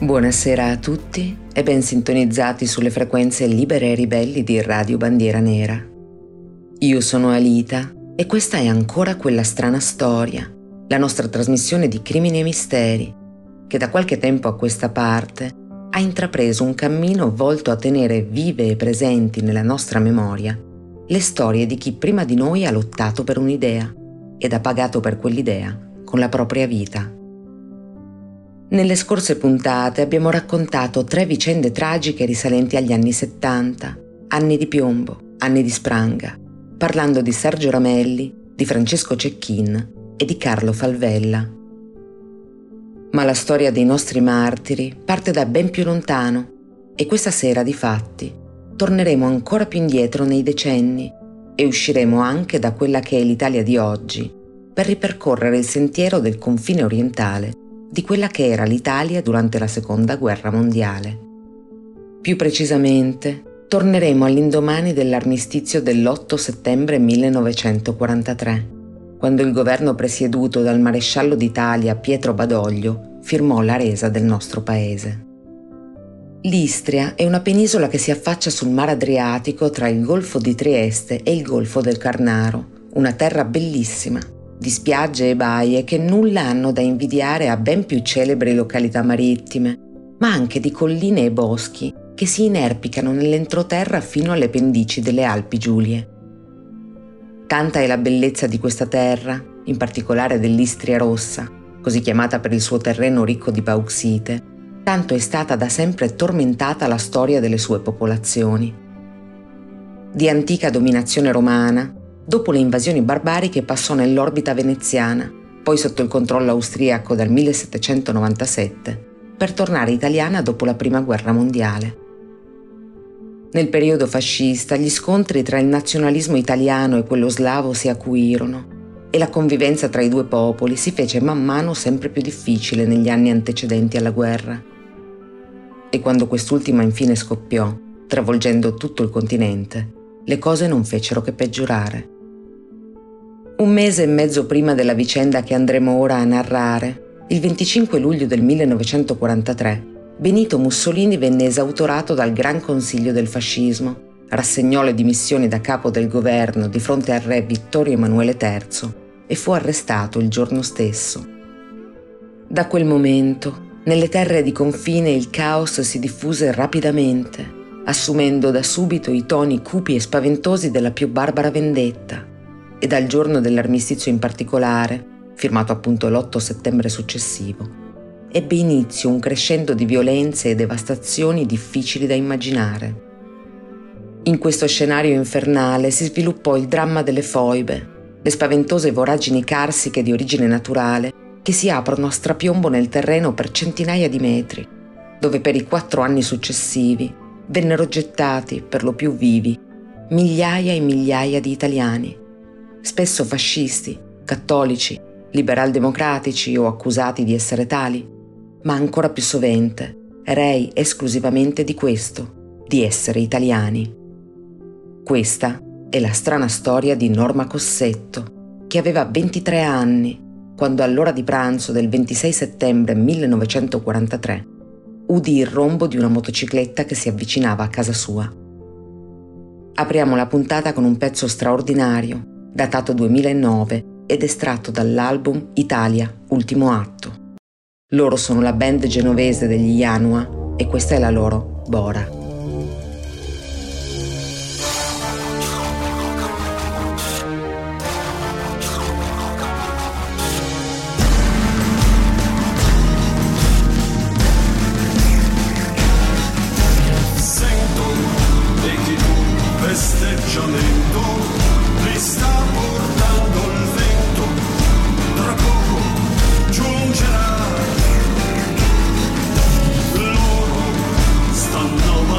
Buonasera a tutti e ben sintonizzati sulle frequenze libere e ribelli di Radio Bandiera Nera. Io sono Alita e questa è ancora quella strana storia, la nostra trasmissione di crimini e misteri, che da qualche tempo a questa parte ha intrapreso un cammino volto a tenere vive e presenti nella nostra memoria le storie di chi prima di noi ha lottato per un'idea ed ha pagato per quell'idea con la propria vita. Nelle scorse puntate abbiamo raccontato 3 vicende tragiche risalenti agli anni 70, anni di piombo, anni di spranga, parlando di Sergio Ramelli, di Francesco Cecchin e di Carlo Falvella. Ma la storia dei nostri martiri parte da ben più lontano e questa sera, difatti, torneremo ancora più indietro nei decenni e usciremo anche da quella che è l'Italia di oggi per ripercorrere il sentiero del confine orientale di quella che era l'Italia durante la Seconda Guerra Mondiale. Più precisamente, torneremo all'indomani dell'armistizio dell'8 settembre 1943, quando il governo presieduto dal maresciallo d'Italia Pietro Badoglio firmò la resa del nostro paese. L'Istria è una penisola che si affaccia sul mare Adriatico tra il Golfo di Trieste e il Golfo del Carnaro, una terra bellissima, di spiagge e baie che nulla hanno da invidiare a ben più celebri località marittime, ma anche di colline e boschi che si inerpicano nell'entroterra fino alle pendici delle Alpi Giulie. Tanta è la bellezza di questa terra, in particolare dell'Istria rossa, così chiamata per il suo terreno ricco di bauxite, tanto è stata da sempre tormentata la storia delle sue popolazioni. Di antica dominazione romana, dopo le invasioni barbariche passò nell'orbita veneziana, poi sotto il controllo austriaco dal 1797, per tornare italiana dopo la Prima Guerra Mondiale. Nel periodo fascista gli scontri tra il nazionalismo italiano e quello slavo si acuirono e la convivenza tra i due popoli si fece man mano sempre più difficile negli anni antecedenti alla guerra. E quando quest'ultima infine scoppiò, travolgendo tutto il continente, le cose non fecero che peggiorare. 1 mese e mezzo prima della vicenda che andremo ora a narrare, il 25 luglio del 1943, Benito Mussolini venne esautorato dal Gran Consiglio del Fascismo, rassegnò le dimissioni da capo del governo di fronte al re Vittorio Emanuele III e fu arrestato il giorno stesso. Da quel momento, nelle terre di confine il caos si diffuse rapidamente, assumendo da subito i toni cupi e spaventosi della più barbara vendetta, e dal giorno dell'armistizio in particolare, firmato appunto l'8 settembre successivo, ebbe inizio un crescendo di violenze e devastazioni difficili da immaginare. In questo scenario infernale si sviluppò il dramma delle foibe, le spaventose voragini carsiche di origine naturale che si aprono a strapiombo nel terreno per centinaia di metri, dove per i 4 anni successivi vennero gettati, per lo più vivi, migliaia e migliaia di italiani, spesso fascisti, cattolici, liberal-democratici o accusati di essere tali, ma ancora più sovente rei esclusivamente di questo, di essere italiani. Questa è la strana storia di Norma Cossetto, che aveva 23 anni quando all'ora di pranzo del 26 settembre 1943 udì il rombo di una motocicletta che si avvicinava a casa sua. Apriamo la puntata con un pezzo straordinario, datato 2009 ed estratto dall'album Italia, ultimo atto. Loro sono la band genovese degli Janua e questa è la loro Bora. Giungerà, loro stanno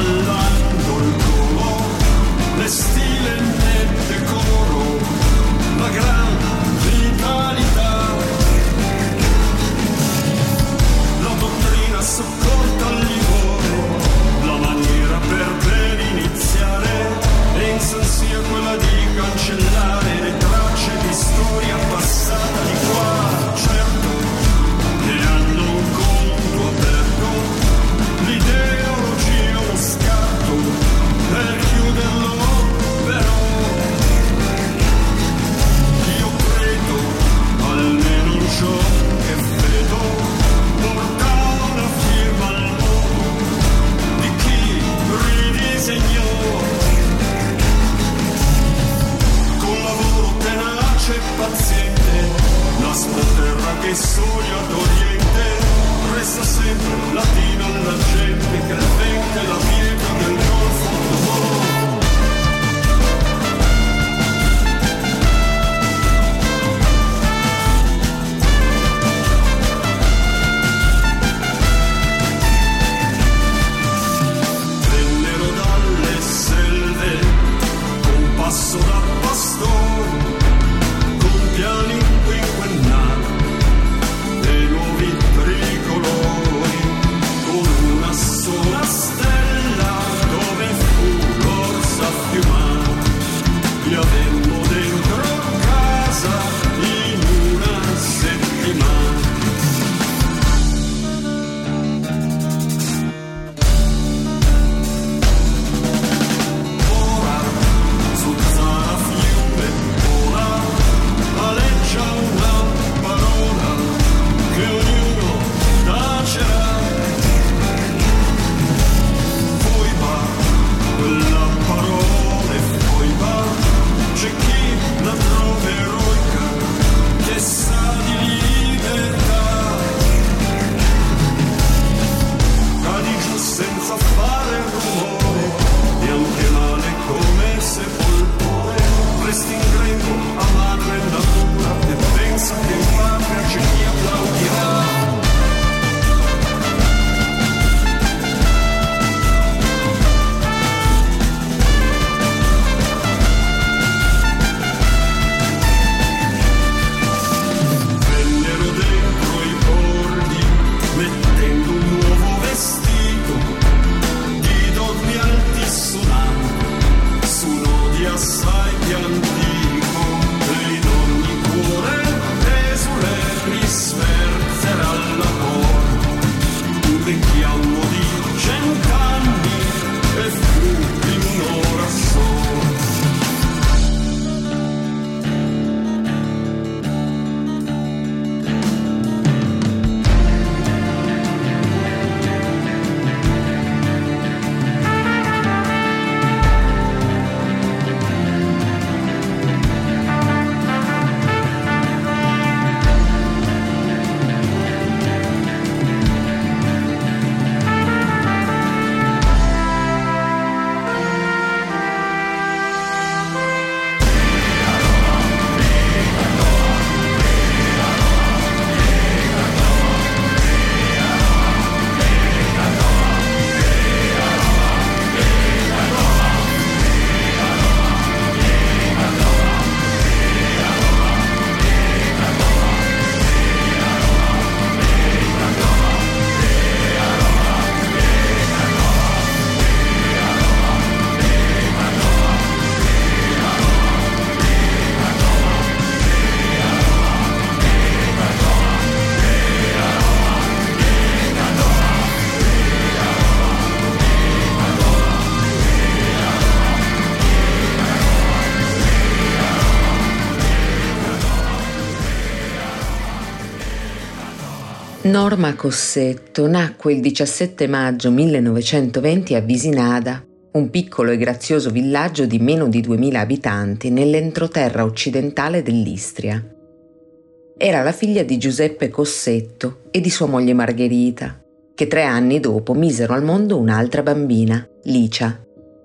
Norma Cossetto nacque il 17 maggio 1920 a Visinada, un piccolo e grazioso villaggio di meno di 2000 abitanti nell'entroterra occidentale dell'Istria. Era la figlia di Giuseppe Cossetto e di sua moglie Margherita, che 3 anni dopo misero al mondo un'altra bambina, Licia.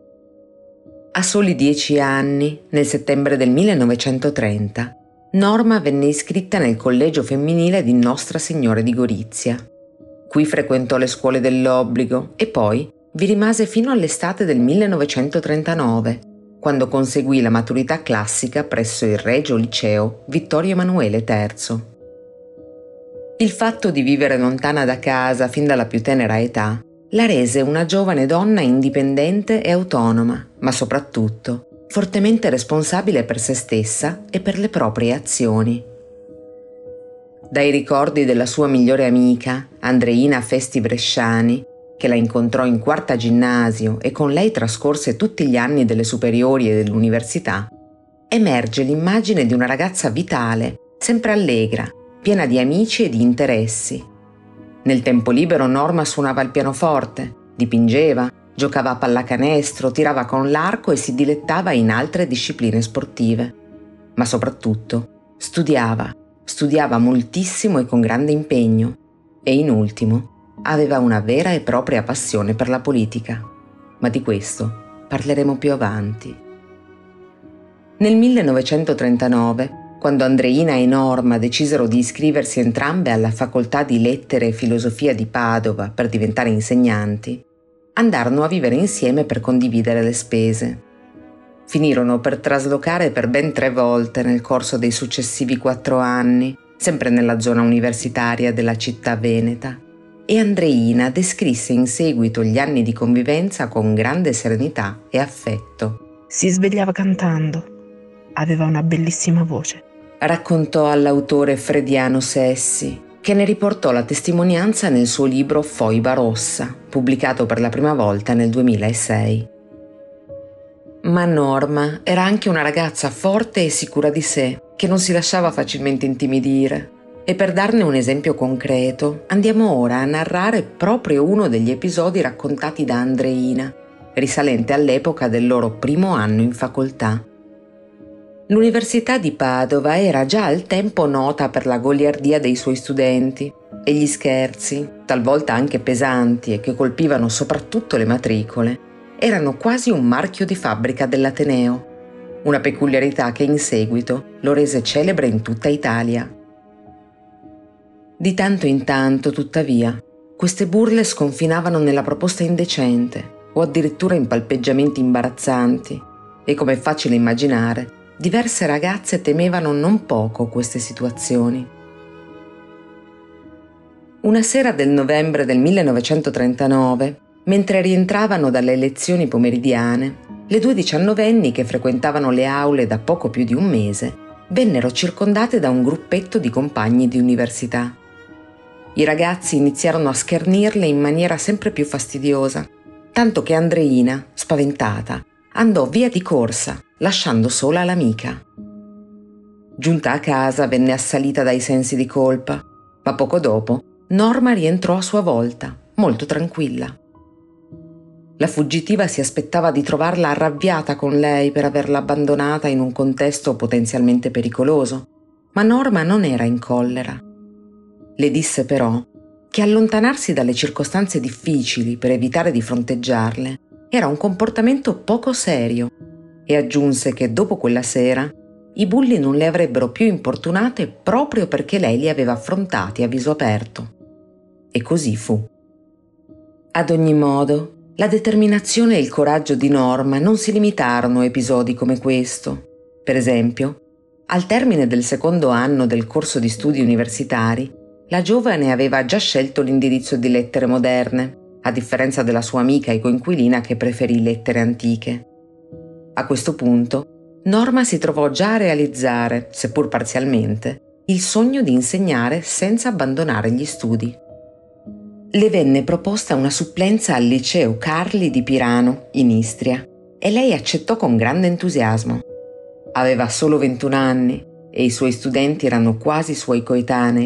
A soli 10 anni, nel settembre del 1930, Norma venne iscritta nel collegio femminile di Nostra Signora di Gorizia. Qui frequentò le scuole dell'obbligo e poi vi rimase fino all'estate del 1939, quando conseguì la maturità classica presso il Regio Liceo Vittorio Emanuele III. Il fatto di vivere lontana da casa fin dalla più tenera età la rese una giovane donna indipendente e autonoma, ma soprattutto fortemente responsabile per se stessa e per le proprie azioni. Dai ricordi della sua migliore amica, Andreina Festi Bresciani, che la incontrò in 4ª ginnasio e con lei trascorse tutti gli anni delle superiori e dell'università, emerge l'immagine di una ragazza vitale, sempre allegra, piena di amici e di interessi. Nel tempo libero Norma suonava il pianoforte, dipingeva, giocava a pallacanestro, tirava con l'arco e si dilettava in altre discipline sportive. Ma soprattutto studiava moltissimo e con grande impegno e in ultimo aveva una vera e propria passione per la politica. Ma di questo parleremo più avanti. Nel 1939, quando Andreina e Norma decisero di iscriversi entrambe alla Facoltà di Lettere e Filosofia di Padova per diventare insegnanti, andarono a vivere insieme per condividere le spese. Finirono per traslocare per ben 3 volte nel corso dei successivi 4 anni, sempre nella zona universitaria della città veneta, e Andreina descrisse in seguito gli anni di convivenza con grande serenità e affetto. Si svegliava cantando, aveva una bellissima voce. Raccontò all'autore Frediano Sessi, che ne riportò la testimonianza nel suo libro Foiba Rossa, pubblicato per la prima volta nel 2006. Ma Norma era anche una ragazza forte e sicura di sé, che non si lasciava facilmente intimidire. E per darne un esempio concreto, andiamo ora a narrare proprio uno degli episodi raccontati da Andreina, risalente all'epoca del loro primo anno in facoltà. L'Università di Padova era già al tempo nota per la goliardia dei suoi studenti e gli scherzi, talvolta anche pesanti e che colpivano soprattutto le matricole, erano quasi un marchio di fabbrica dell'Ateneo, una peculiarità che in seguito lo rese celebre in tutta Italia. Di tanto in tanto, tuttavia, queste burle sconfinavano nella proposta indecente o addirittura in palpeggiamenti imbarazzanti e, come è facile immaginare, diverse ragazze temevano non poco queste situazioni. Una sera del novembre del 1939, mentre rientravano dalle lezioni pomeridiane, le 2 diciannovenni che frequentavano le aule da poco più di un mese vennero circondate da un gruppetto di compagni di università. I ragazzi iniziarono a schernirle in maniera sempre più fastidiosa, tanto che Andreina, spaventata, andò via di corsa, lasciando sola l'amica. Giunta a casa venne assalita dai sensi di colpa, ma poco dopo Norma rientrò a sua volta, molto tranquilla. La fuggitiva si aspettava di trovarla arrabbiata con lei per averla abbandonata in un contesto potenzialmente pericoloso, ma Norma non era in collera. Le disse però che allontanarsi dalle circostanze difficili per evitare di fronteggiarle era un comportamento poco serio e aggiunse che dopo quella sera i bulli non le avrebbero più importunate proprio perché lei li aveva affrontati a viso aperto. E così fu. Ad ogni modo, la determinazione e il coraggio di Norma non si limitarono a episodi come questo. Per esempio, al termine del 2° anno del corso di studi universitari, la giovane aveva già scelto l'indirizzo di lettere moderne, a differenza della sua amica e coinquilina che preferì lettere antiche. A questo punto, Norma si trovò già a realizzare, seppur parzialmente, il sogno di insegnare senza abbandonare gli studi. Le venne proposta una supplenza al liceo Carli di Pirano, in Istria, e lei accettò con grande entusiasmo. Aveva solo 21 anni e i suoi studenti erano quasi suoi coetanei,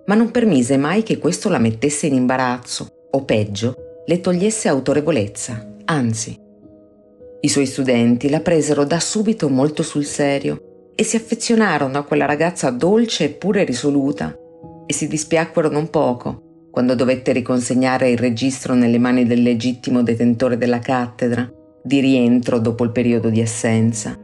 ma non permise mai che questo la mettesse in imbarazzo o, peggio, le togliesse autorevolezza, anzi. I suoi studenti la presero da subito molto sul serio e si affezionarono a quella ragazza dolce eppure risoluta e si dispiacquero non poco quando dovette riconsegnare il registro nelle mani del legittimo detentore della cattedra di rientro dopo il periodo di assenza.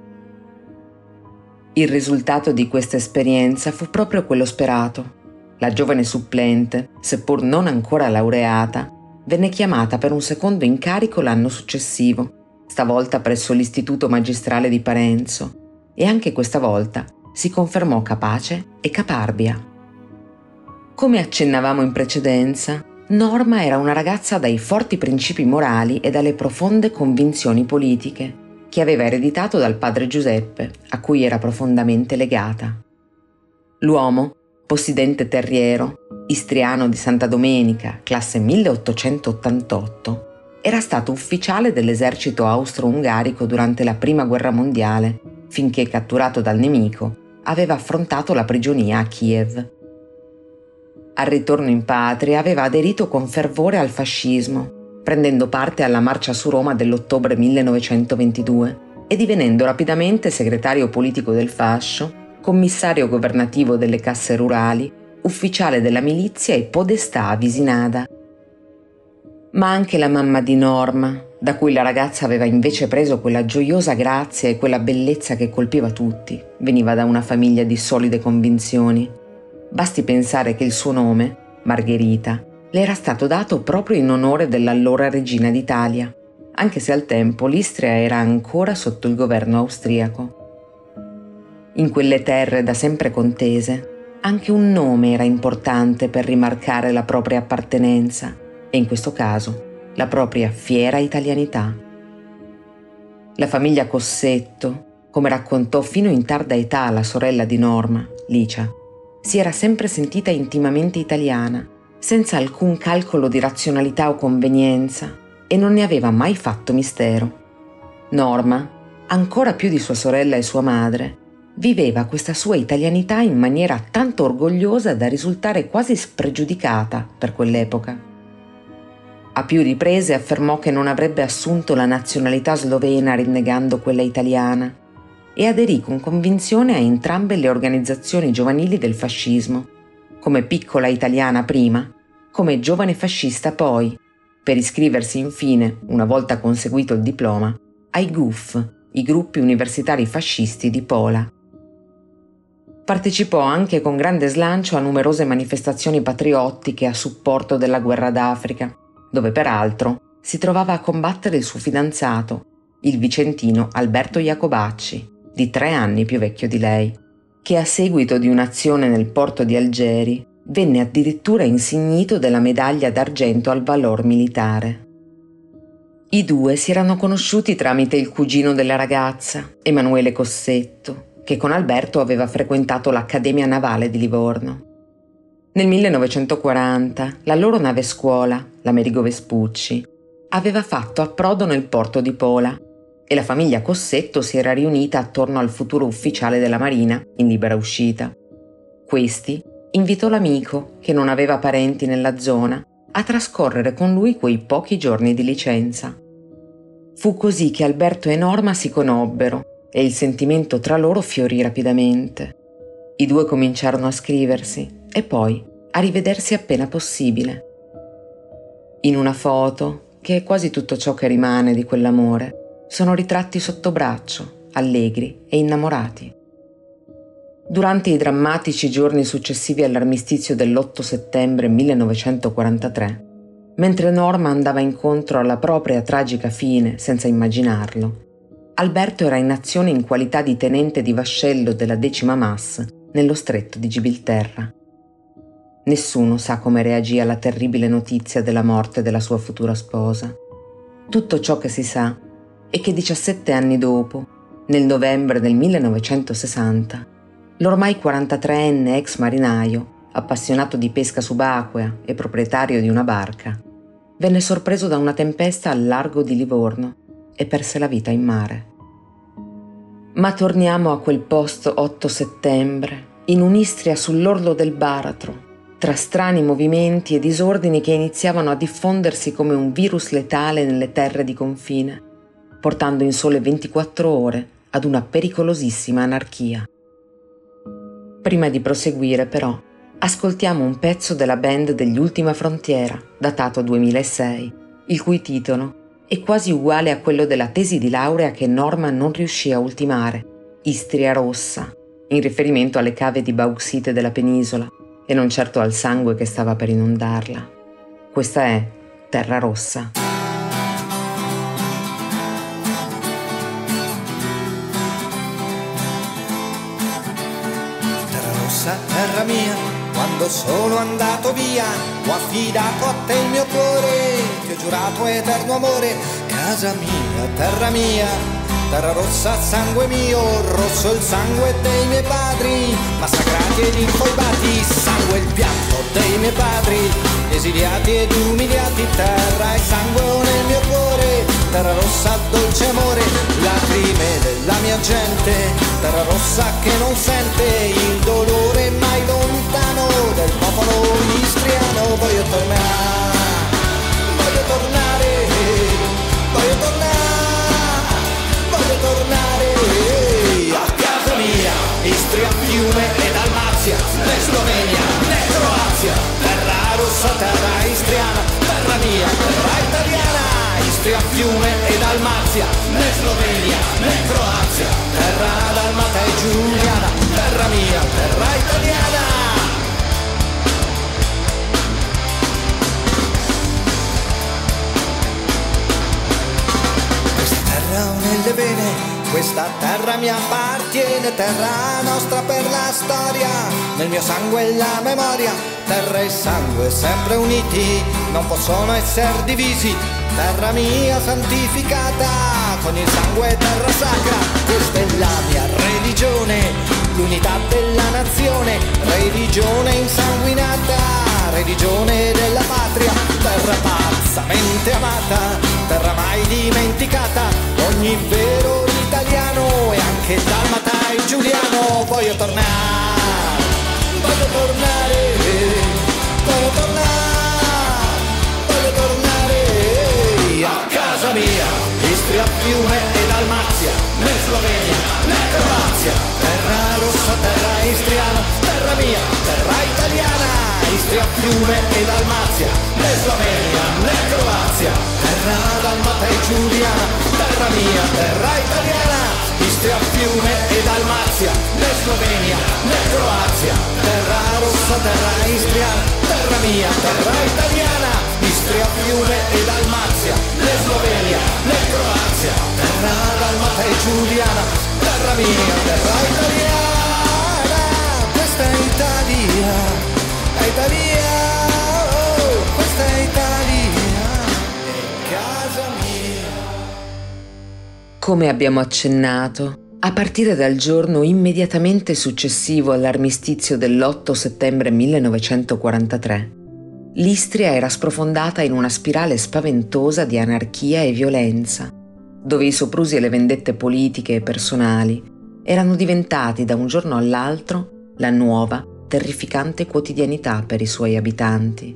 Il risultato di questa esperienza fu proprio quello sperato. La giovane supplente, seppur non ancora laureata, venne chiamata per un secondo incarico l'anno successivo, stavolta presso l'Istituto Magistrale di Parenzo, e anche questa volta si confermò capace e caparbia. Come accennavamo in precedenza, Norma era una ragazza dai forti principi morali e dalle profonde convinzioni politiche, che aveva ereditato dal padre Giuseppe, a cui era profondamente legata. L'uomo, possidente terriero, istriano di Santa Domenica, classe 1888, era stato ufficiale dell'esercito austro-ungarico durante la Prima Guerra Mondiale, finché, catturato dal nemico, aveva affrontato la prigionia a Kiev. Al ritorno in patria aveva aderito con fervore al fascismo, prendendo parte alla marcia su Roma dell'ottobre 1922 e divenendo rapidamente segretario politico del fascio, commissario governativo delle casse rurali, ufficiale della milizia e podestà a Visinada. Ma anche la mamma di Norma, da cui la ragazza aveva invece preso quella gioiosa grazia e quella bellezza che colpiva tutti, veniva da una famiglia di solide convinzioni. Basti pensare che il suo nome, Margherita, le era stato dato proprio in onore dell'allora regina d'Italia, anche se al tempo l'Istria era ancora sotto il governo austriaco. In quelle terre da sempre contese, anche un nome era importante per rimarcare la propria appartenenza e, in questo caso, la propria fiera italianità. La famiglia Cossetto, come raccontò fino in tarda età la sorella di Norma, Licia, si era sempre sentita intimamente italiana, senza alcun calcolo di razionalità o convenienza, e non ne aveva mai fatto mistero. Norma, ancora più di sua sorella e sua madre, viveva questa sua italianità in maniera tanto orgogliosa da risultare quasi spregiudicata per quell'epoca. A più riprese affermò che non avrebbe assunto la nazionalità slovena rinnegando quella italiana e aderì con convinzione a entrambe le organizzazioni giovanili del fascismo, come piccola italiana prima, come giovane fascista poi, per iscriversi infine, una volta conseguito il diploma, ai GUF, i gruppi universitari fascisti di Pola. Partecipò anche con grande slancio a numerose manifestazioni patriottiche a supporto della guerra d'Africa, dove peraltro si trovava a combattere il suo fidanzato, il vicentino Alberto Iacobacci, di 3 anni più vecchio di lei, che a seguito di un'azione nel porto di Algeri venne addirittura insignito della medaglia d'argento al valor militare. I due si erano conosciuti tramite il cugino della ragazza, Emanuele Cossetto, che con Alberto aveva frequentato l'Accademia Navale di Livorno. Nel 1940 la loro nave scuola, l'Amerigo Vespucci, aveva fatto approdo nel porto di Pola e la famiglia Cossetto si era riunita attorno al futuro ufficiale della Marina in libera uscita. Questi invitò l'amico, che non aveva parenti nella zona, a trascorrere con lui quei pochi giorni di licenza. Fu così che Alberto e Norma si conobbero e il sentimento tra loro fiorì rapidamente. I due cominciarono a scriversi e poi a rivedersi appena possibile. In una foto, che è quasi tutto ciò che rimane di quell'amore, sono ritratti sotto braccio, allegri e innamorati. Durante i drammatici giorni successivi all'armistizio dell'8 settembre 1943, mentre Norma andava incontro alla propria tragica fine senza immaginarlo, Alberto era in azione in qualità di tenente di vascello della 10ª MAS nello stretto di Gibilterra. Nessuno sa come reagì alla terribile notizia della morte della sua futura sposa. Tutto ciò che si sa è che 17 anni dopo, nel novembre del 1960, l'ormai 43enne ex marinaio, appassionato di pesca subacquea e proprietario di una barca, venne sorpreso da una tempesta al largo di Livorno e perse la vita in mare. Ma torniamo a quel post 8 settembre, in un'Istria sull'orlo del baratro, tra strani movimenti e disordini che iniziavano a diffondersi come un virus letale nelle terre di confine, portando in sole 24 ore ad una pericolosissima anarchia. Prima di proseguire, però, ascoltiamo un pezzo della band degli Ultima Frontiera, datato 2006, il cui titolo è quasi uguale a quello della tesi di laurea che Norma non riuscì a ultimare, Istria Rossa, in riferimento alle cave di bauxite della penisola e non certo al sangue che stava per inondarla. Questa è Terra Rossa. Terra rossa, terra mia, quando sono andato via, ho affidato a te il mio cuore, ti ho giurato eterno amore. Casa mia, terra mia, terra rossa, sangue mio, rosso il sangue dei miei padri, massacrati ed infoibati, sangue il pianto dei miei padri, esiliati ed umiliati, terra e sangue nel mio cuore, terra rossa, dolce amore, lacrime della mia gente, terra rossa che non sente il dolore mai lontano del popolo istriano. Voglio tornare, voglio tornare, voglio tornare, voglio tornare a casa mia, Istria, Fiume e Dalmazia, né Slovenia né Croazia, terra rossa, terra istriana, terra mia, terra italiana, Istria, Fiume e Dalmazia, né Slovenia né Croazia, terra dalmata e giuliana, terra mia, terra italiana. Nelle vene, questa terra mi appartiene, terra nostra per la storia, nel mio sangue e la memoria, terra e sangue sempre uniti, non possono essere divisi, terra mia santificata, con il sangue terra sacra, questa è la mia religione, l'unità della nazione, religione insanguinata, religione della patria, terra pazzamente amata, terra mai dimenticata, ogni vero italiano e anche dalmata e giuliano. Voglio tornare, voglio tornare, voglio tornare, voglio tornare a casa mia, Istria, Fiume e Dalmazia, né Slovenia né Croazia, terra rossa, terra istriana, terra mia, terra italiana, Istria, Fiume e Dalmazia, né Slovenia né Croazia, terra dalmata e giuliana, terra mia, terra italiana, Istria, Fiume e Dalmazia, né Slovenia né Croazia, terra rossa, terra istriana, terra mia, terra italiana, Istria, Fiume e Dalmazia, né Slovenia né Croazia, terra dalmata e giuliana, terra mia, terra italiana. Questa è Italia, è Italia, oh, questa è Italia, è casa mia. Come abbiamo accennato, a partire dal giorno immediatamente successivo all'armistizio dell'8 settembre 1943, l'Istria era sprofondata in una spirale spaventosa di anarchia e violenza, dove i soprusi e le vendette politiche e personali erano diventati da un giorno all'altro la nuova, terrificante quotidianità per i suoi abitanti.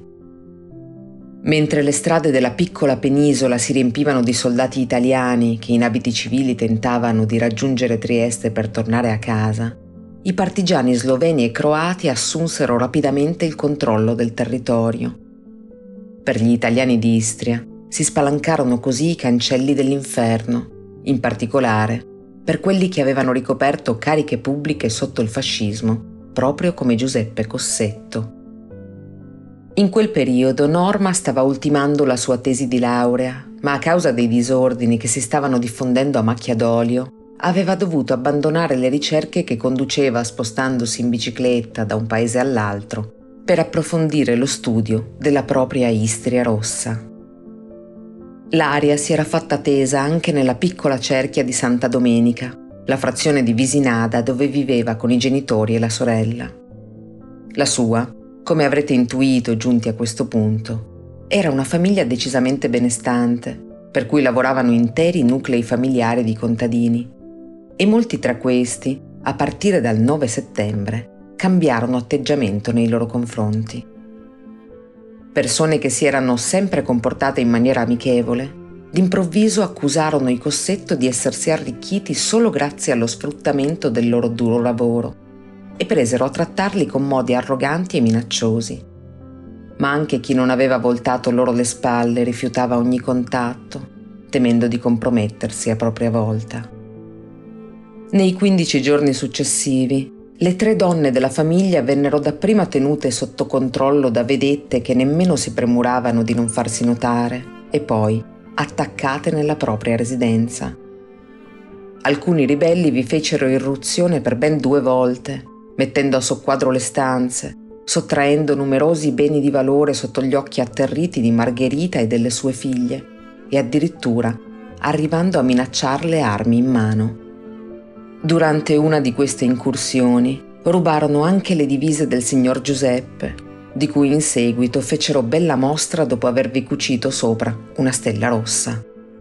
Mentre le strade della piccola penisola si riempivano di soldati italiani che in abiti civili tentavano di raggiungere Trieste per tornare a casa, i partigiani sloveni e croati assunsero rapidamente il controllo del territorio. Per gli italiani di Istria si spalancarono così i cancelli dell'inferno, in particolare per quelli che avevano ricoperto cariche pubbliche sotto il fascismo, proprio come Giuseppe Cossetto. In quel periodo Norma stava ultimando la sua tesi di laurea, ma a causa dei disordini che si stavano diffondendo a macchia d'olio, aveva dovuto abbandonare le ricerche che conduceva spostandosi in bicicletta da un paese all'altro per approfondire lo studio della propria Istria Rossa. L'aria si era fatta tesa anche nella piccola cerchia di Santa Domenica, la frazione di Visinada dove viveva con i genitori e la sorella. La sua, come avrete intuito giunti a questo punto, era una famiglia decisamente benestante, per cui lavoravano interi nuclei familiari di contadini, e molti tra questi, a partire dal 9 settembre, cambiarono atteggiamento nei loro confronti. Persone che si erano sempre comportate in maniera amichevole, d'improvviso accusarono i Cossetto di essersi arricchiti solo grazie allo sfruttamento del loro duro lavoro e presero a trattarli con modi arroganti e minacciosi. Ma anche chi non aveva voltato loro le spalle rifiutava ogni contatto, temendo di compromettersi a propria volta. Nei 15 giorni successivi, le 3 donne della famiglia vennero dapprima tenute sotto controllo da vedette che nemmeno si premuravano di non farsi notare e poi attaccate nella propria residenza. Alcuni ribelli vi fecero irruzione per ben 2 volte, mettendo a soqquadro le stanze, sottraendo numerosi beni di valore sotto gli occhi atterriti di Margherita e delle sue figlie, e addirittura arrivando a minacciarle armi in mano. Durante una di queste incursioni rubarono anche le divise del signor Giuseppe, di cui in seguito fecero bella mostra dopo avervi cucito sopra una stella rossa.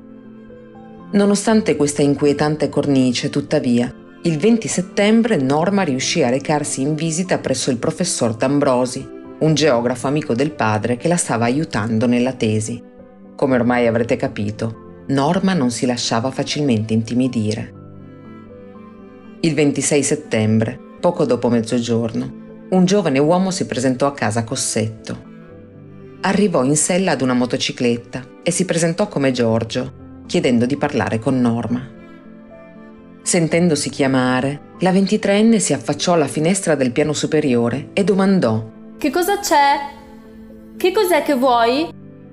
Nonostante questa inquietante cornice, tuttavia, il 20 settembre Norma riuscì a recarsi in visita presso il professor D'Ambrosi, un geografo amico del padre che la stava aiutando nella tesi. Come ormai avrete capito, Norma non si lasciava facilmente intimidire. Il 26 settembre, poco dopo mezzogiorno, un giovane uomo si presentò a casa Cossetto. Arrivò in sella ad una motocicletta e si presentò come Giorgio, chiedendo di parlare con Norma. Sentendosi chiamare, la 23enne si affacciò alla finestra del piano superiore e domandò: «Che cosa c'è? Che cos'è che vuoi?»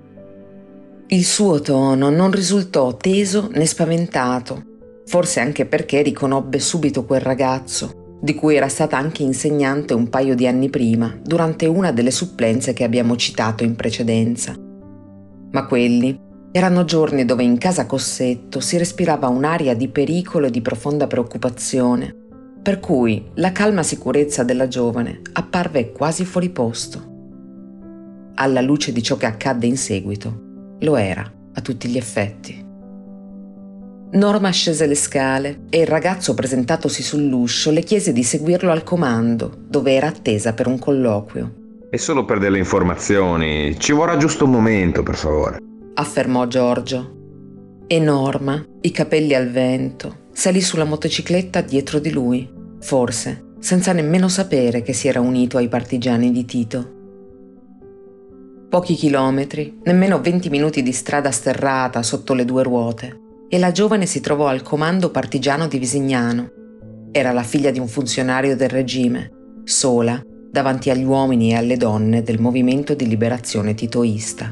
Il suo tono non risultò teso né spaventato, forse anche perché riconobbe subito quel ragazzo, di cui era stata anche insegnante un paio di anni prima, durante una delle supplenze che abbiamo citato in precedenza. Ma quelli erano giorni dove in casa Cossetto si respirava un'aria di pericolo e di profonda preoccupazione, per cui la calma sicurezza della giovane apparve quasi fuori posto. Alla luce di ciò che accadde in seguito, lo era a tutti gli effetti. Norma scese le scale e il ragazzo, presentatosi sull'uscio, le chiese di seguirlo al comando, dove era attesa per un colloquio. È solo per delle informazioni, ci vorrà giusto un momento, per favore, affermò Giorgio. E Norma, i capelli al vento, salì sulla motocicletta dietro di lui, forse senza nemmeno sapere che si era unito ai partigiani di Tito. Pochi chilometri, nemmeno 20 minuti di strada sterrata sotto le 2 ruote, e la giovane si trovò al comando partigiano di Visignano. Era la figlia di un funzionario del regime, sola davanti agli uomini e alle donne del movimento di liberazione titoista.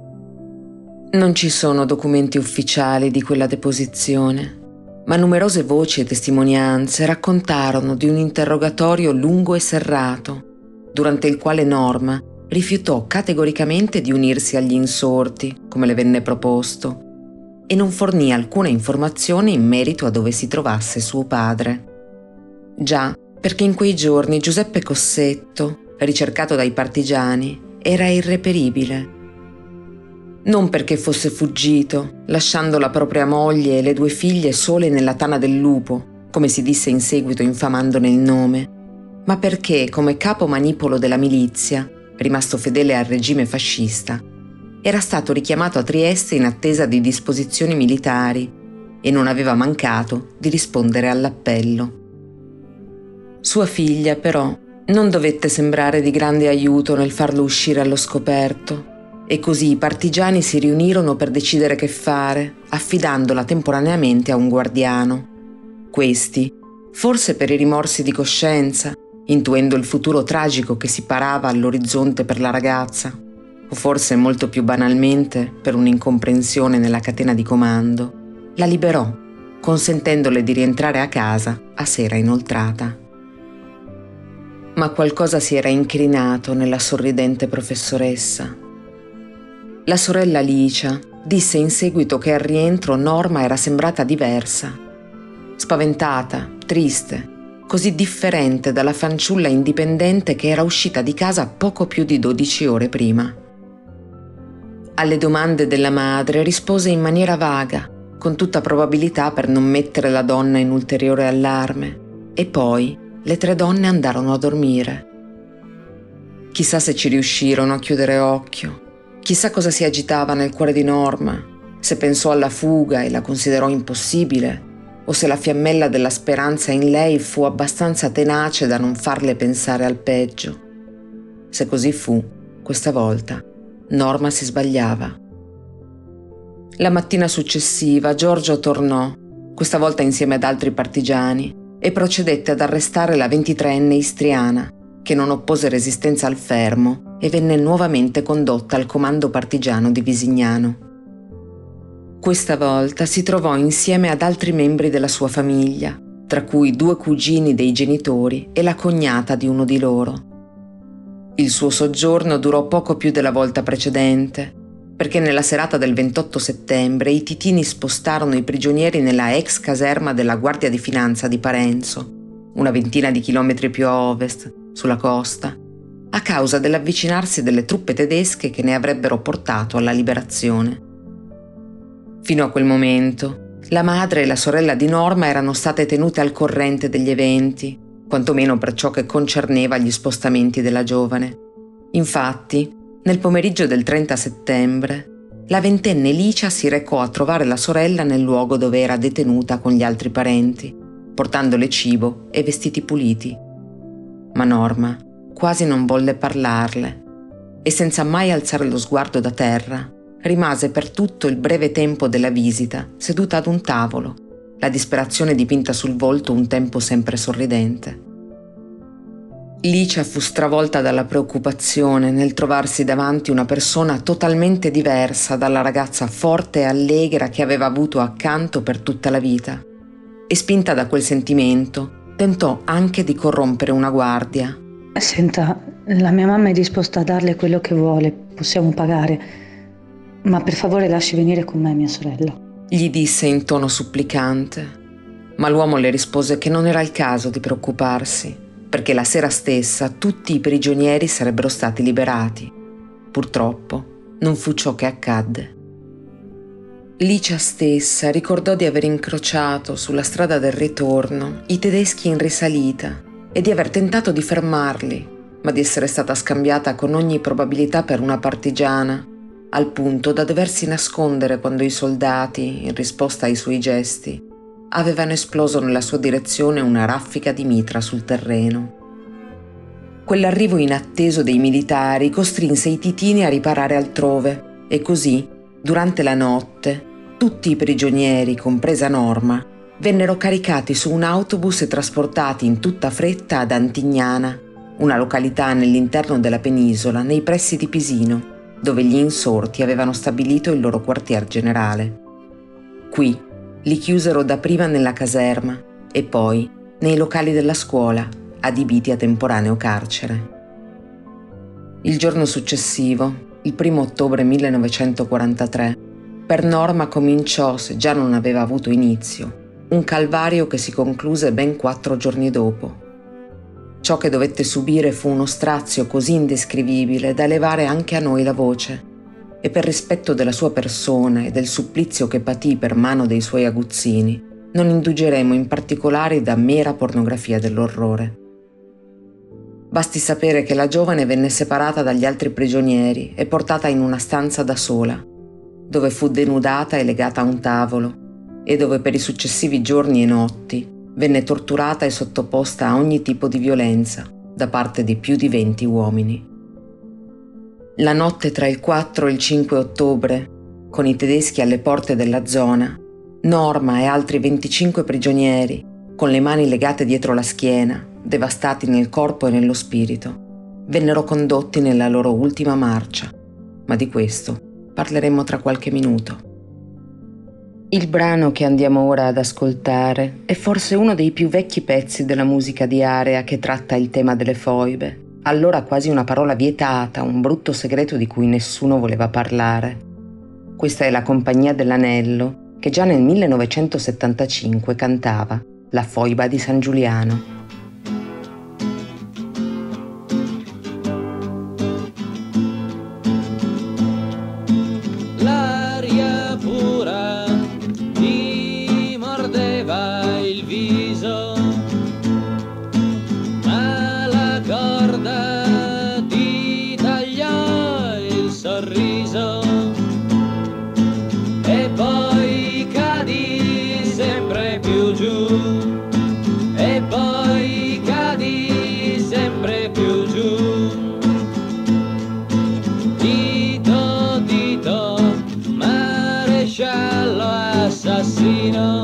Non ci sono documenti ufficiali di quella deposizione, ma numerose voci e testimonianze raccontarono di un interrogatorio lungo e serrato, durante il quale Norma rifiutò categoricamente di unirsi agli insorti, come le venne proposto, e non fornì alcuna informazione in merito a dove si trovasse suo padre. Già, perché in quei giorni Giuseppe Cossetto, ricercato dai partigiani, era irreperibile. Non perché fosse fuggito, lasciando la propria moglie e le 2 figlie sole nella tana del lupo, come si disse in seguito infamandone il nome, ma perché, come capo manipolo della milizia, rimasto fedele al regime fascista, era stato richiamato a Trieste in attesa di disposizioni militari e non aveva mancato di rispondere all'appello. Sua figlia, però, non dovette sembrare di grande aiuto nel farlo uscire allo scoperto, e così i partigiani si riunirono per decidere che fare, affidandola temporaneamente a un guardiano. Questi, forse per i rimorsi di coscienza, intuendo il futuro tragico che si parava all'orizzonte per la ragazza, o forse molto più banalmente per un'incomprensione nella catena di comando, la liberò, consentendole di rientrare a casa a sera inoltrata. Ma qualcosa si era incrinato nella sorridente professoressa. La sorella Licia disse in seguito che al rientro Norma era sembrata diversa, spaventata, triste, così differente dalla fanciulla indipendente che era uscita di casa poco più di 12 ore prima. Alle domande della madre rispose in maniera vaga, con tutta probabilità per non mettere la donna in ulteriore allarme, e poi le 3 donne andarono a dormire. Chissà se ci riuscirono a chiudere occhio. Chissà cosa si agitava nel cuore di Norma, se pensò alla fuga e la considerò impossibile, o se la fiammella della speranza in lei fu abbastanza tenace da non farle pensare al peggio. Se così fu, questa volta, Norma si sbagliava. La mattina successiva Giorgio tornò, questa volta insieme ad altri partigiani, e procedette ad arrestare la 23enne istriana, che non oppose resistenza al fermo e venne nuovamente condotta al comando partigiano di Visignano. Questa volta si trovò insieme ad altri membri della sua famiglia, tra cui 2 cugini dei genitori e la cognata di uno di loro. Il suo soggiorno durò poco più della volta precedente, perché nella serata del 28 settembre i titini spostarono i prigionieri nella ex caserma della Guardia di Finanza di Parenzo, una ventina di chilometri più a ovest, sulla costa, a causa dell'avvicinarsi delle truppe tedesche che ne avrebbero portato alla liberazione. Fino a quel momento, la madre e la sorella di Norma erano state tenute al corrente degli eventi, quantomeno per ciò che concerneva gli spostamenti della giovane. Infatti, nel pomeriggio del 30 settembre, la 20enne Licia si recò a trovare la sorella nel luogo dove era detenuta con gli altri parenti, portandole cibo e vestiti puliti. Ma Norma quasi non volle parlarle e senza mai alzare lo sguardo da terra, rimase per tutto il breve tempo della visita seduta ad un tavolo, la disperazione dipinta sul volto un tempo sempre sorridente. Licia fu stravolta dalla preoccupazione nel trovarsi davanti una persona totalmente diversa dalla ragazza forte e allegra che aveva avuto accanto per tutta la vita, e spinta da quel sentimento tentò anche di corrompere una guardia. Senta, la mia mamma è disposta a darle quello che vuole, possiamo pagare, ma per favore lasci venire con me mia sorella. Gli disse in tono supplicante, ma l'uomo le rispose che non era il caso di preoccuparsi, perché la sera stessa tutti i prigionieri sarebbero stati liberati. Purtroppo non fu ciò che accadde. Licia stessa ricordò di aver incrociato sulla strada del ritorno i tedeschi in risalita e di aver tentato di fermarli, ma di essere stata scambiata con ogni probabilità per una partigiana, al punto da doversi nascondere quando i soldati, in risposta ai suoi gesti, avevano esploso nella sua direzione una raffica di mitra sul terreno. Quell'arrivo inatteso dei militari costrinse i titini a riparare altrove e così, durante la notte, tutti i prigionieri, compresa Norma, vennero caricati su un autobus e trasportati in tutta fretta ad Antignana, una località nell'interno della penisola, nei pressi di Pisino, dove gli insorti avevano stabilito il loro quartier generale. Qui li chiusero dapprima nella caserma e poi nei locali della scuola, adibiti a temporaneo carcere. Il giorno successivo, il 1 ottobre 1943, per Norma cominciò, se già non aveva avuto inizio, un calvario che si concluse ben 4 giorni dopo. Ciò che dovette subire fu uno strazio così indescrivibile da levare anche a noi la voce, e per rispetto della sua persona e del supplizio che patì per mano dei suoi aguzzini, non indugeremo in particolari da mera pornografia dell'orrore. Basti sapere che la giovane venne separata dagli altri prigionieri e portata in una stanza da sola, dove fu denudata e legata a un tavolo, e dove per i successivi giorni e notti venne torturata e sottoposta a ogni tipo di violenza da parte di più di 20 uomini. La notte tra il 4 e il 5 ottobre, con i tedeschi alle porte della zona, Norma e altri 25 prigionieri, con le mani legate dietro la schiena, devastati nel corpo e nello spirito, vennero condotti nella loro ultima marcia, ma di questo parleremo tra qualche minuto. Il brano che andiamo ora ad ascoltare è forse uno dei più vecchi pezzi della musica di area che tratta il tema delle foibe, allora quasi una parola vietata, un brutto segreto di cui nessuno voleva parlare. Questa è la Compagnia dell'Anello, che già nel 1975 cantava La foiba di San Giuliano. L'aria pura ti mordeva il viso, ma la corda ti innamorato.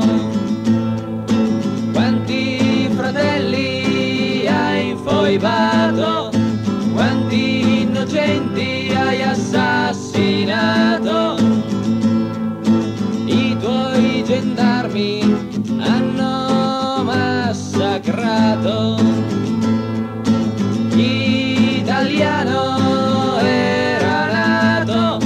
Quanti fratelli hai infoibato, quanti innocenti hai assassinato. I tuoi gendarmi hanno massacrato. Italiano era nato,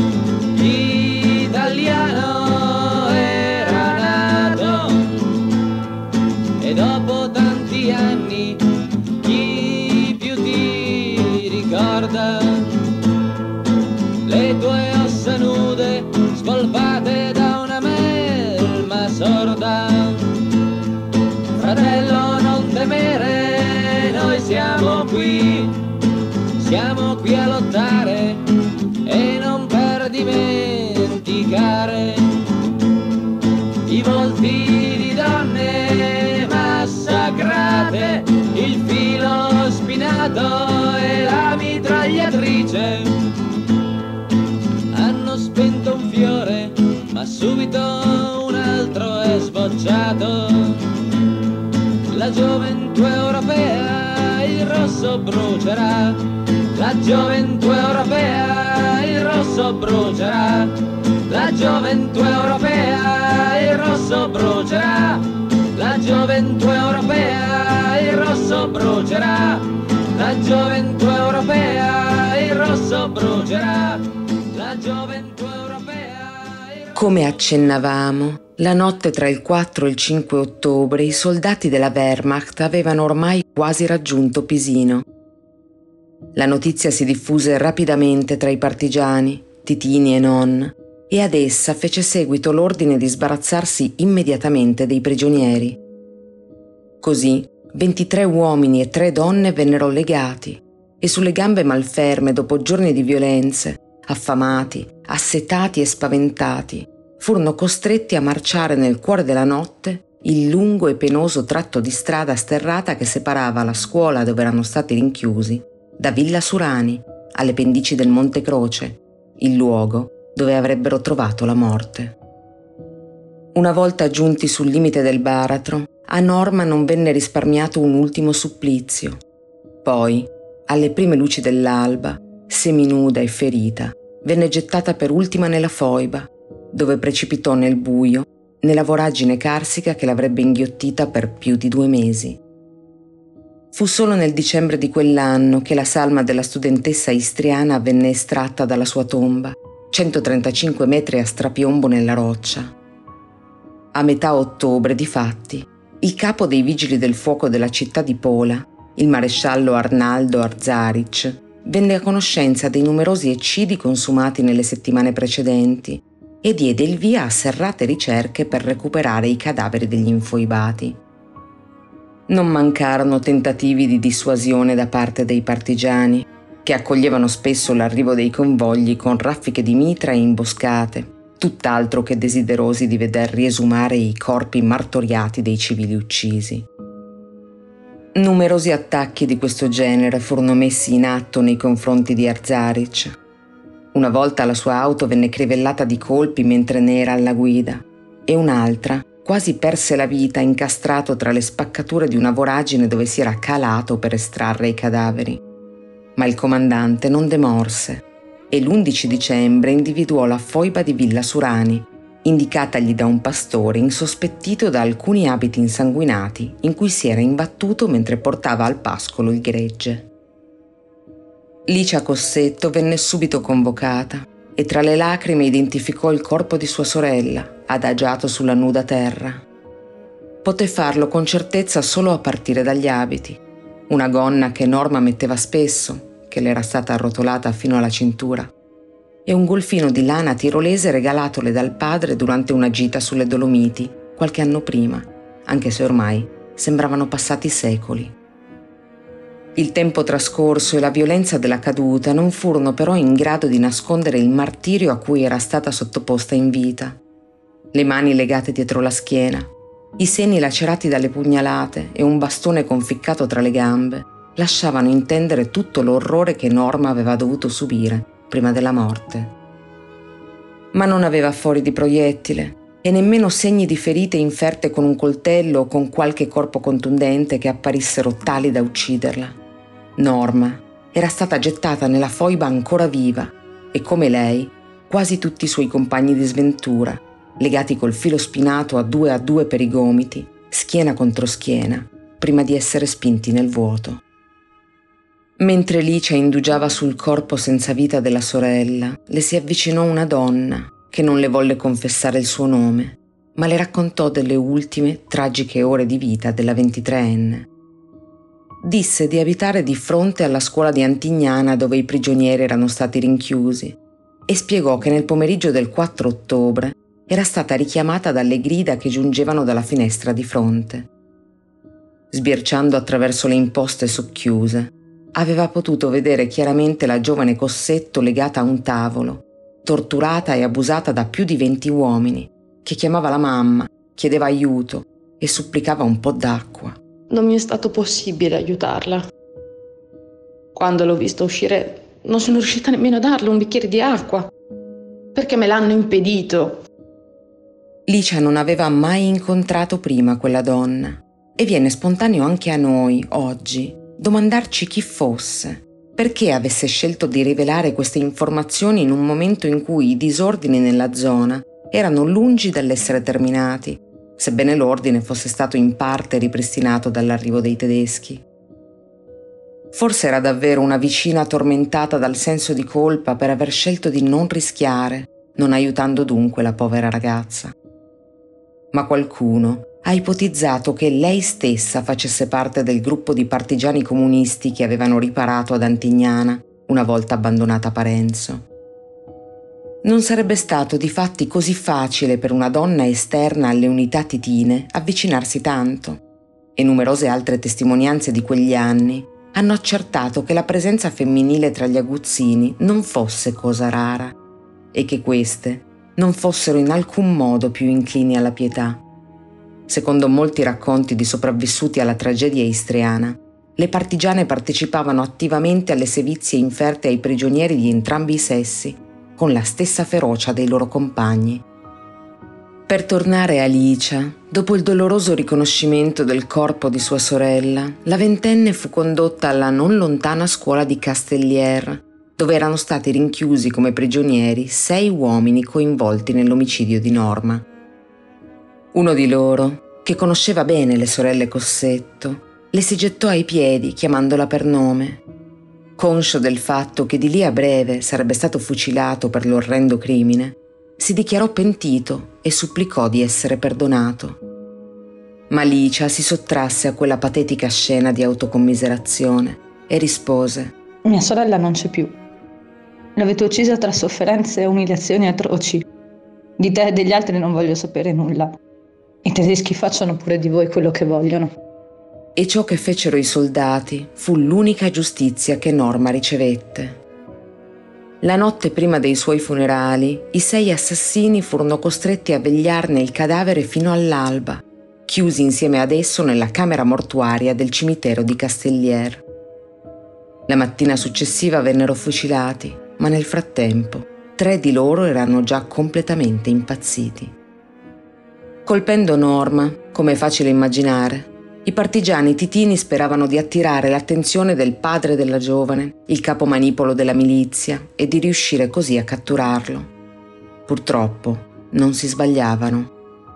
italiano era nato. E dopo tanti anni chi più ti ricorda le tue ossa nude spolpate da una melma sorda. Fratello, non temere, noi siamo qui a lottare e non per dimenticare i volti di donne massacrate, il filo spinato e la mitragliatrice. Hanno spento un fiore, ma subito un altro è sbocciato. La gioventù europea il rosso brucerà, la gioventù europea il rosso brucerà, la gioventù europea il rosso brucerà, la gioventù europea il rosso brucerà, la gioventù europea il rosso brucerà, la gioventù europea. Come accennavamo, la notte tra il 4 e il 5 ottobre i soldati della Wehrmacht avevano ormai quasi raggiunto Pisino. La notizia si diffuse rapidamente tra i partigiani, titini e non, e ad essa fece seguito l'ordine di sbarazzarsi immediatamente dei prigionieri. Così 23 uomini e 3 donne vennero legati e sulle gambe malferme dopo giorni di violenze, affamati, assetati e spaventati, furono costretti a marciare nel cuore della notte il lungo e penoso tratto di strada sterrata che separava la scuola dove erano stati rinchiusi da Villa Surani, alle pendici del Monte Croce, il luogo dove avrebbero trovato la morte. Una volta giunti sul limite del baratro, a Norma non venne risparmiato un ultimo supplizio. Poi, alle prime luci dell'alba, seminuda e ferita, venne gettata per ultima nella foiba, dove precipitò nel buio, nella voragine carsica che l'avrebbe inghiottita per più di 2 mesi. Fu solo nel dicembre di quell'anno che la salma della studentessa istriana venne estratta dalla sua tomba, 135 metri a strapiombo nella roccia. A metà ottobre, difatti, il capo dei vigili del fuoco della città di Pola, il maresciallo Arnaldo Arzaric, venne a conoscenza dei numerosi eccidi consumati nelle settimane precedenti e diede il via a serrate ricerche per recuperare i cadaveri degli infoibati. Non mancarono tentativi di dissuasione da parte dei partigiani, che accoglievano spesso l'arrivo dei convogli con raffiche di mitra e imboscate, tutt'altro che desiderosi di veder riesumare i corpi martoriati dei civili uccisi. Numerosi attacchi di questo genere furono messi in atto nei confronti di Arzaric. Una volta la sua auto venne crivellata di colpi mentre ne era alla guida e un'altra quasi perse la vita incastrato tra le spaccature di una voragine dove si era calato per estrarre i cadaveri. Ma il comandante non demorse e l'11 dicembre individuò la foiba di Villa Surani, indicatagli da un pastore insospettito da alcuni abiti insanguinati in cui si era imbattuto mentre portava al pascolo il gregge. Licia Cossetto venne subito convocata e tra le lacrime identificò il corpo di sua sorella, adagiato sulla nuda terra. Poté farlo con certezza solo a partire dagli abiti, una gonna che Norma metteva spesso, che le era stata arrotolata fino alla cintura, e un golfino di lana tirolese regalatole dal padre durante una gita sulle Dolomiti qualche anno prima, anche se ormai sembravano passati secoli. Il tempo trascorso e la violenza della caduta non furono però in grado di nascondere il martirio a cui era stata sottoposta in vita. Le mani legate dietro la schiena, i seni lacerati dalle pugnalate e un bastone conficcato tra le gambe lasciavano intendere tutto l'orrore che Norma aveva dovuto subire prima della morte. Ma non aveva fori di proiettile e nemmeno segni di ferite inferte con un coltello o con qualche corpo contundente che apparissero tali da ucciderla. Norma era stata gettata nella foiba ancora viva e, come lei, quasi tutti i suoi compagni di sventura, legati col filo spinato a due per i gomiti, schiena contro schiena, prima di essere spinti nel vuoto. Mentre Licia indugiava sul corpo senza vita della sorella, le si avvicinò una donna che non le volle confessare il suo nome, ma le raccontò delle ultime tragiche ore di vita della 23enne. Disse di abitare di fronte alla scuola di Antignana dove i prigionieri erano stati rinchiusi e spiegò che nel pomeriggio del 4 ottobre era stata richiamata dalle grida che giungevano dalla finestra di fronte. Sbirciando attraverso le imposte socchiuse, aveva potuto vedere chiaramente la giovane Cossetto legata a un tavolo, torturata e abusata da più di 20 uomini, che chiamava la mamma, chiedeva aiuto e supplicava un po' d'acqua. Non mi è stato possibile aiutarla. Quando l'ho vista uscire, non sono riuscita nemmeno a darle un bicchiere di acqua, perché me l'hanno impedito. Licia non aveva mai incontrato prima quella donna e viene spontaneo anche a noi, oggi, domandarci chi fosse, perché avesse scelto di rivelare queste informazioni in un momento in cui i disordini nella zona erano lungi dall'essere terminati, sebbene l'ordine fosse stato in parte ripristinato dall'arrivo dei tedeschi. Forse era davvero una vicina tormentata dal senso di colpa per aver scelto di non rischiare, non aiutando dunque la povera ragazza. Ma qualcuno ha ipotizzato che lei stessa facesse parte del gruppo di partigiani comunisti che avevano riparato ad Antignana una volta abbandonata Parenzo. Non sarebbe stato difatti così facile per una donna esterna alle unità titine avvicinarsi tanto, e numerose altre testimonianze di quegli anni hanno accertato che la presenza femminile tra gli aguzzini non fosse cosa rara e che queste non fossero in alcun modo più inclini alla pietà. Secondo molti racconti di sopravvissuti alla tragedia istriana, le partigiane partecipavano attivamente alle sevizie inferte ai prigionieri di entrambi i sessi, con la stessa ferocia dei loro compagni. Per tornare a Licia, dopo il doloroso riconoscimento del corpo di sua sorella, la ventenne fu condotta alla non lontana scuola di Castellier, dove erano stati rinchiusi come prigionieri 6 uomini coinvolti nell'omicidio di Norma. Uno di loro, che conosceva bene le sorelle Cossetto, le si gettò ai piedi chiamandola per nome. Conscio del fatto che di lì a breve sarebbe stato fucilato per l'orrendo crimine, si dichiarò pentito e supplicò di essere perdonato. Ma Licia si sottrasse a quella patetica scena di autocommiserazione e rispose: Mia sorella non c'è più. L'avete uccisa tra sofferenze e umiliazioni atroci. Di te e degli altri non voglio sapere nulla. I tedeschi facciano pure di voi quello che vogliono. E ciò che fecero i soldati fu l'unica giustizia che Norma ricevette. La notte prima dei suoi funerali, i 6 assassini furono costretti a vegliarne il cadavere fino all'alba, chiusi insieme ad esso nella camera mortuaria del cimitero di Castellier. La mattina successiva vennero fucilati, ma nel frattempo 3 di loro erano già completamente impazziti. Colpendo Norma, come è facile immaginare, i partigiani titini speravano di attirare l'attenzione del padre della giovane, il capomanipolo della milizia, e di riuscire così a catturarlo. Purtroppo non si sbagliavano.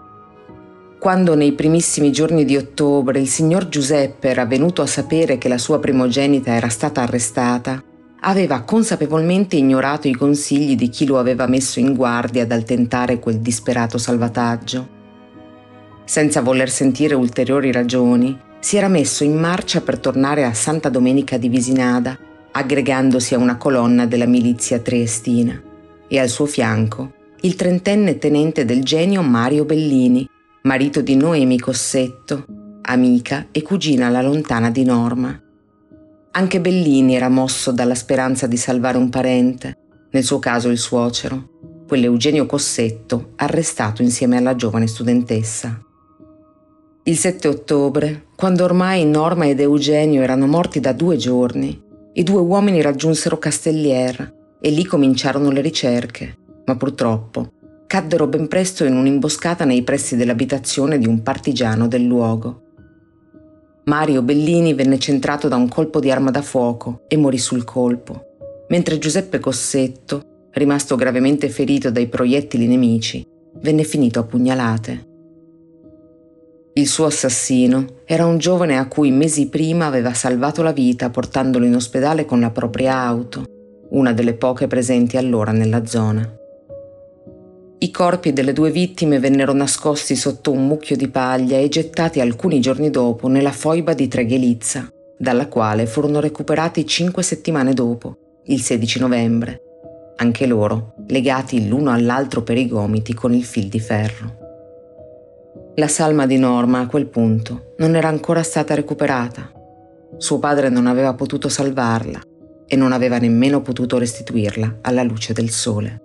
Quando nei primissimi giorni di ottobre il signor Giuseppe era venuto a sapere che la sua primogenita era stata arrestata, aveva consapevolmente ignorato i consigli di chi lo aveva messo in guardia dal tentare quel disperato salvataggio. Senza voler sentire ulteriori ragioni, si era messo in marcia per tornare a Santa Domenica di Visinada, aggregandosi a una colonna della milizia triestina, e al suo fianco il 30enne tenente del Genio Mario Bellini, marito di Noemi Cossetto, amica e cugina alla lontana di Norma. Anche Bellini era mosso dalla speranza di salvare un parente, nel suo caso il suocero, quell'Eugenio Cossetto, arrestato insieme alla giovane studentessa. Il 7 ottobre, quando ormai Norma ed Eugenio erano morti da 2 giorni, i 2 uomini raggiunsero Castellier e lì cominciarono le ricerche, ma purtroppo caddero ben presto in un'imboscata nei pressi dell'abitazione di un partigiano del luogo. Mario Bellini venne centrato da un colpo di arma da fuoco e morì sul colpo, mentre Giuseppe Cossetto, rimasto gravemente ferito dai proiettili nemici, venne finito a pugnalate. Il suo assassino era un giovane a cui mesi prima aveva salvato la vita portandolo in ospedale con la propria auto, una delle poche presenti allora nella zona. I corpi delle 2 vittime vennero nascosti sotto un mucchio di paglia e gettati alcuni giorni dopo nella foiba di Treghelizza, dalla quale furono recuperati 5 settimane dopo, il 16 novembre, anche loro legati l'uno all'altro per i gomiti con il fil di ferro. La salma di Norma a quel punto non era ancora stata recuperata. Suo padre non aveva potuto salvarla e non aveva nemmeno potuto restituirla alla luce del sole.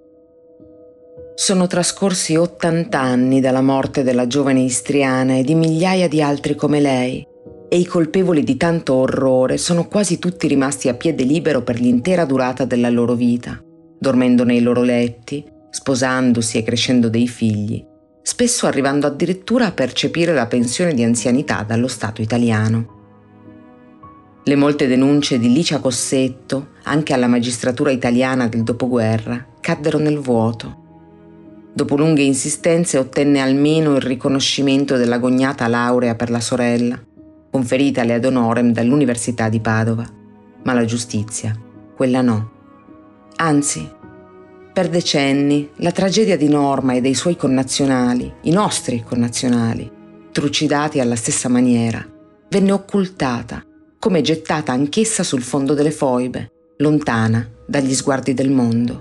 Sono trascorsi 80 anni dalla morte della giovane istriana e di migliaia di altri come lei, e i colpevoli di tanto orrore sono quasi tutti rimasti a piede libero per l'intera durata della loro vita, dormendo nei loro letti, sposandosi e crescendo dei figli, spesso arrivando addirittura a percepire la pensione di anzianità dallo Stato italiano. Le molte denunce di Licia Cossetto, anche alla magistratura italiana del dopoguerra, caddero nel vuoto. Dopo lunghe insistenze ottenne almeno il riconoscimento dell'agognata laurea per la sorella, conferitale ad honorem dall'Università di Padova, ma la giustizia, quella no. Anzi, per decenni la tragedia di Norma e dei suoi connazionali, i nostri connazionali, trucidati alla stessa maniera, venne occultata, come gettata anch'essa sul fondo delle foibe, lontana dagli sguardi del mondo.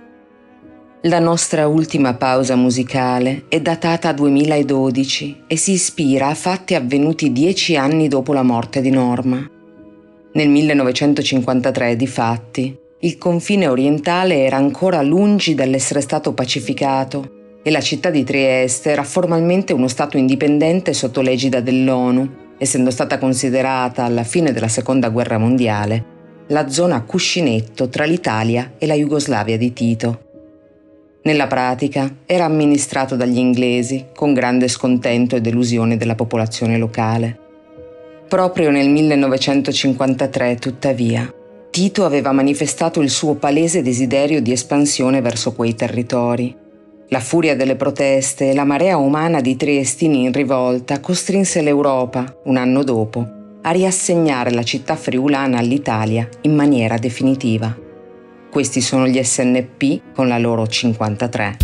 La nostra ultima pausa musicale è datata 2012 e si ispira a fatti avvenuti 10 anni dopo la morte di Norma. Nel 1953, difatti, il confine orientale era ancora lungi dall'essere stato pacificato e la città di Trieste era formalmente uno stato indipendente sotto l'egida dell'ONU, essendo stata considerata alla fine della Seconda Guerra Mondiale la zona cuscinetto tra l'Italia e la Jugoslavia di Tito. Nella pratica era amministrato dagli inglesi con grande scontento e delusione della popolazione locale. Proprio nel 1953, tuttavia, Tito aveva manifestato il suo palese desiderio di espansione verso quei territori. La furia delle proteste e la marea umana di triestini in rivolta costrinse l'Europa, un anno dopo, a riassegnare la città friulana all'Italia in maniera definitiva. Questi sono gli SNP con la loro 53.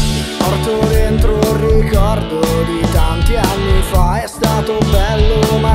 Porto dentro un ricordo di tanti anni fa, è stato bello ma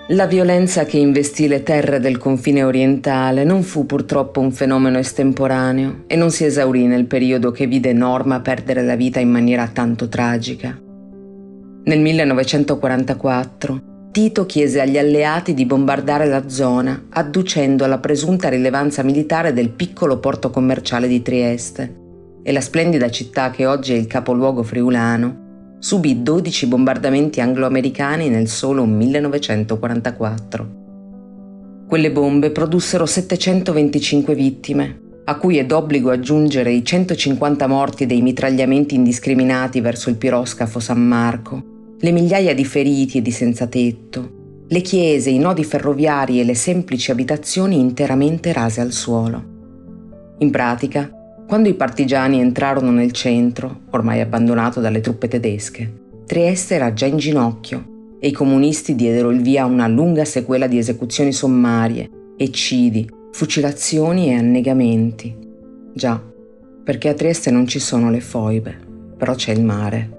La violenza che investì le terre del confine orientale non fu purtroppo un fenomeno estemporaneo e non si esaurì nel periodo che vide Norma perdere la vita in maniera tanto tragica. Nel 1944 Tito chiese agli alleati di bombardare la zona, adducendo la presunta rilevanza militare del piccolo porto commerciale di Trieste, e la splendida città che oggi è il capoluogo friulano subì 12 bombardamenti anglo-americani nel solo 1944. Quelle bombe produssero 725 vittime, a cui è d'obbligo aggiungere i 150 morti dei mitragliamenti indiscriminati verso il piroscafo San Marco, le migliaia di feriti e di senzatetto, le chiese, i nodi ferroviari e le semplici abitazioni interamente rase al suolo. In pratica, quando i partigiani entrarono nel centro, ormai abbandonato dalle truppe tedesche, Trieste era già in ginocchio e i comunisti diedero il via a una lunga sequela di esecuzioni sommarie, eccidi, fucilazioni e annegamenti. Già, perché a Trieste non ci sono le foibe, però c'è il mare.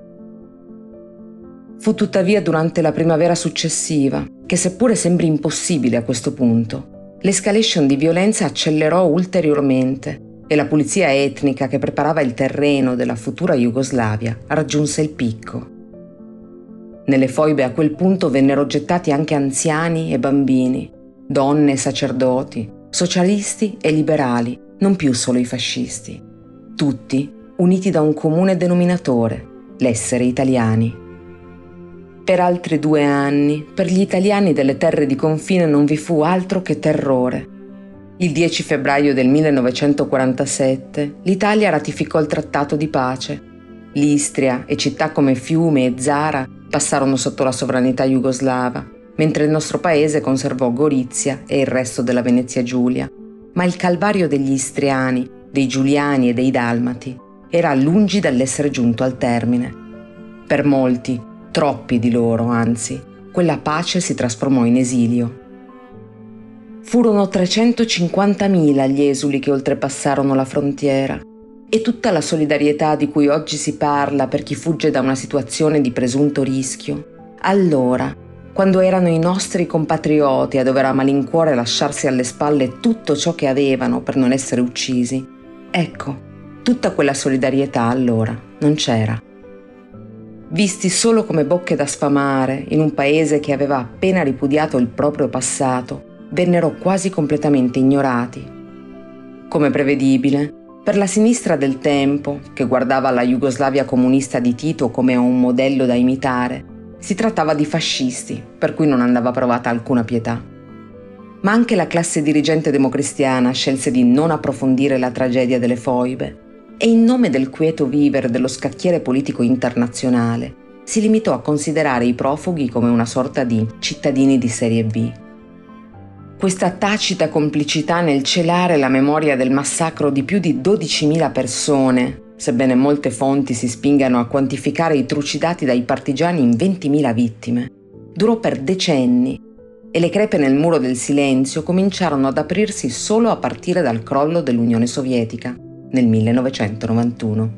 Fu tuttavia durante la primavera successiva, che seppure sembri impossibile a questo punto, l'escalation di violenza accelerò ulteriormente e la pulizia etnica che preparava il terreno della futura Jugoslavia raggiunse il picco. Nelle foibe a quel punto vennero gettati anche anziani e bambini, donne e sacerdoti, socialisti e liberali, non più solo i fascisti. Tutti uniti da un comune denominatore, l'essere italiani. Per altri 2 anni, per gli italiani delle terre di confine non vi fu altro che terrore. Il 10 febbraio del 1947 l'Italia ratificò il trattato di pace. L'Istria e città come Fiume e Zara passarono sotto la sovranità jugoslava, mentre il nostro paese conservò Gorizia e il resto della Venezia Giulia. Ma il calvario degli istriani, dei giuliani e dei dalmati era lungi dall'essere giunto al termine. Per molti, troppi di loro anzi, quella pace si trasformò in esilio. Furono 350.000 gli esuli che oltrepassarono la frontiera e tutta la solidarietà di cui oggi si parla per chi fugge da una situazione di presunto rischio. Allora, quando erano i nostri compatrioti a dover a malincuore lasciarsi alle spalle tutto ciò che avevano per non essere uccisi, ecco, tutta quella solidarietà allora non c'era. Visti solo come bocche da sfamare in un paese che aveva appena ripudiato il proprio passato, vennero quasi completamente ignorati. Come prevedibile, per la sinistra del tempo, che guardava la Jugoslavia comunista di Tito come a un modello da imitare, si trattava di fascisti, per cui non andava provata alcuna pietà. Ma anche la classe dirigente democristiana scelse di non approfondire la tragedia delle foibe e in nome del quieto vivere dello scacchiere politico internazionale si limitò a considerare i profughi come una sorta di cittadini di serie B. Questa tacita complicità nel celare la memoria del massacro di più di 12.000 persone, sebbene molte fonti si spingano a quantificare i trucidati dai partigiani in 20.000 vittime, durò per decenni e le crepe nel muro del silenzio cominciarono ad aprirsi solo a partire dal crollo dell'Unione Sovietica nel 1991.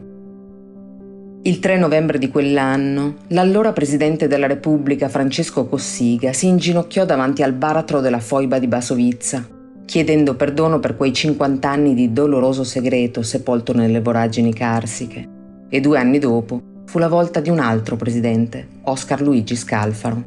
Il 3 novembre di quell'anno, l'allora Presidente della Repubblica Francesco Cossiga si inginocchiò davanti al baratro della foiba di Basovizza, chiedendo perdono per quei 50 anni di doloroso segreto sepolto nelle voragini carsiche. E 2 anni dopo fu la volta di un altro presidente, Oscar Luigi Scalfaro.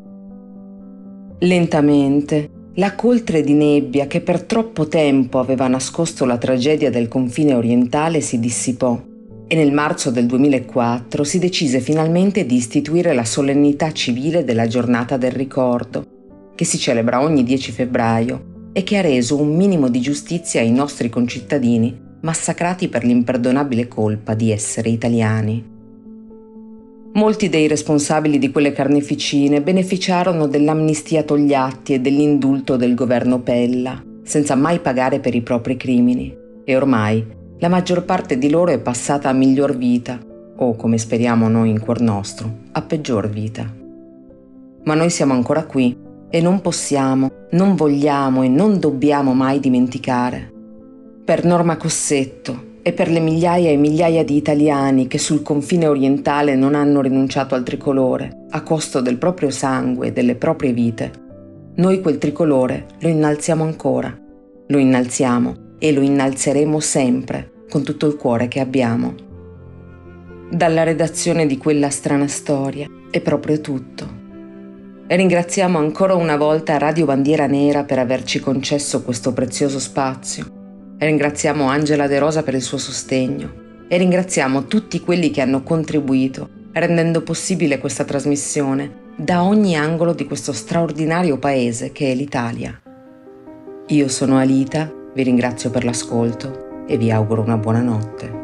Lentamente, la coltre di nebbia che per troppo tempo aveva nascosto la tragedia del confine orientale si dissipò e nel marzo del 2004 si decise finalmente di istituire la solennità civile della Giornata del Ricordo, che si celebra ogni 10 febbraio e che ha reso un minimo di giustizia ai nostri concittadini massacrati per l'imperdonabile colpa di essere italiani. Molti dei responsabili di quelle carneficine beneficiarono dell'amnistia Togliatti e dell'indulto del governo Pella, senza mai pagare per i propri crimini, e ormai la maggior parte di loro è passata a miglior vita, o, come speriamo noi in cuor nostro, a peggior vita. Ma noi siamo ancora qui e non possiamo, non vogliamo e non dobbiamo mai dimenticare. Per Norma Cossetto e per le migliaia e migliaia di italiani che sul confine orientale non hanno rinunciato al tricolore, a costo del proprio sangue e delle proprie vite, Noi quel tricolore lo innalziamo ancora, lo innalziamo e lo innalzeremo sempre con tutto il cuore che abbiamo. Dalla redazione di Quella strana storia è proprio tutto. E ringraziamo ancora una volta Radio Bandiera Nera per averci concesso questo prezioso spazio. E ringraziamo Angela De Rosa per il suo sostegno. E ringraziamo tutti quelli che hanno contribuito rendendo possibile questa trasmissione da ogni angolo di questo straordinario paese che è l'Italia. Io sono Alita, vi ringrazio per l'ascolto e vi auguro una buona notte.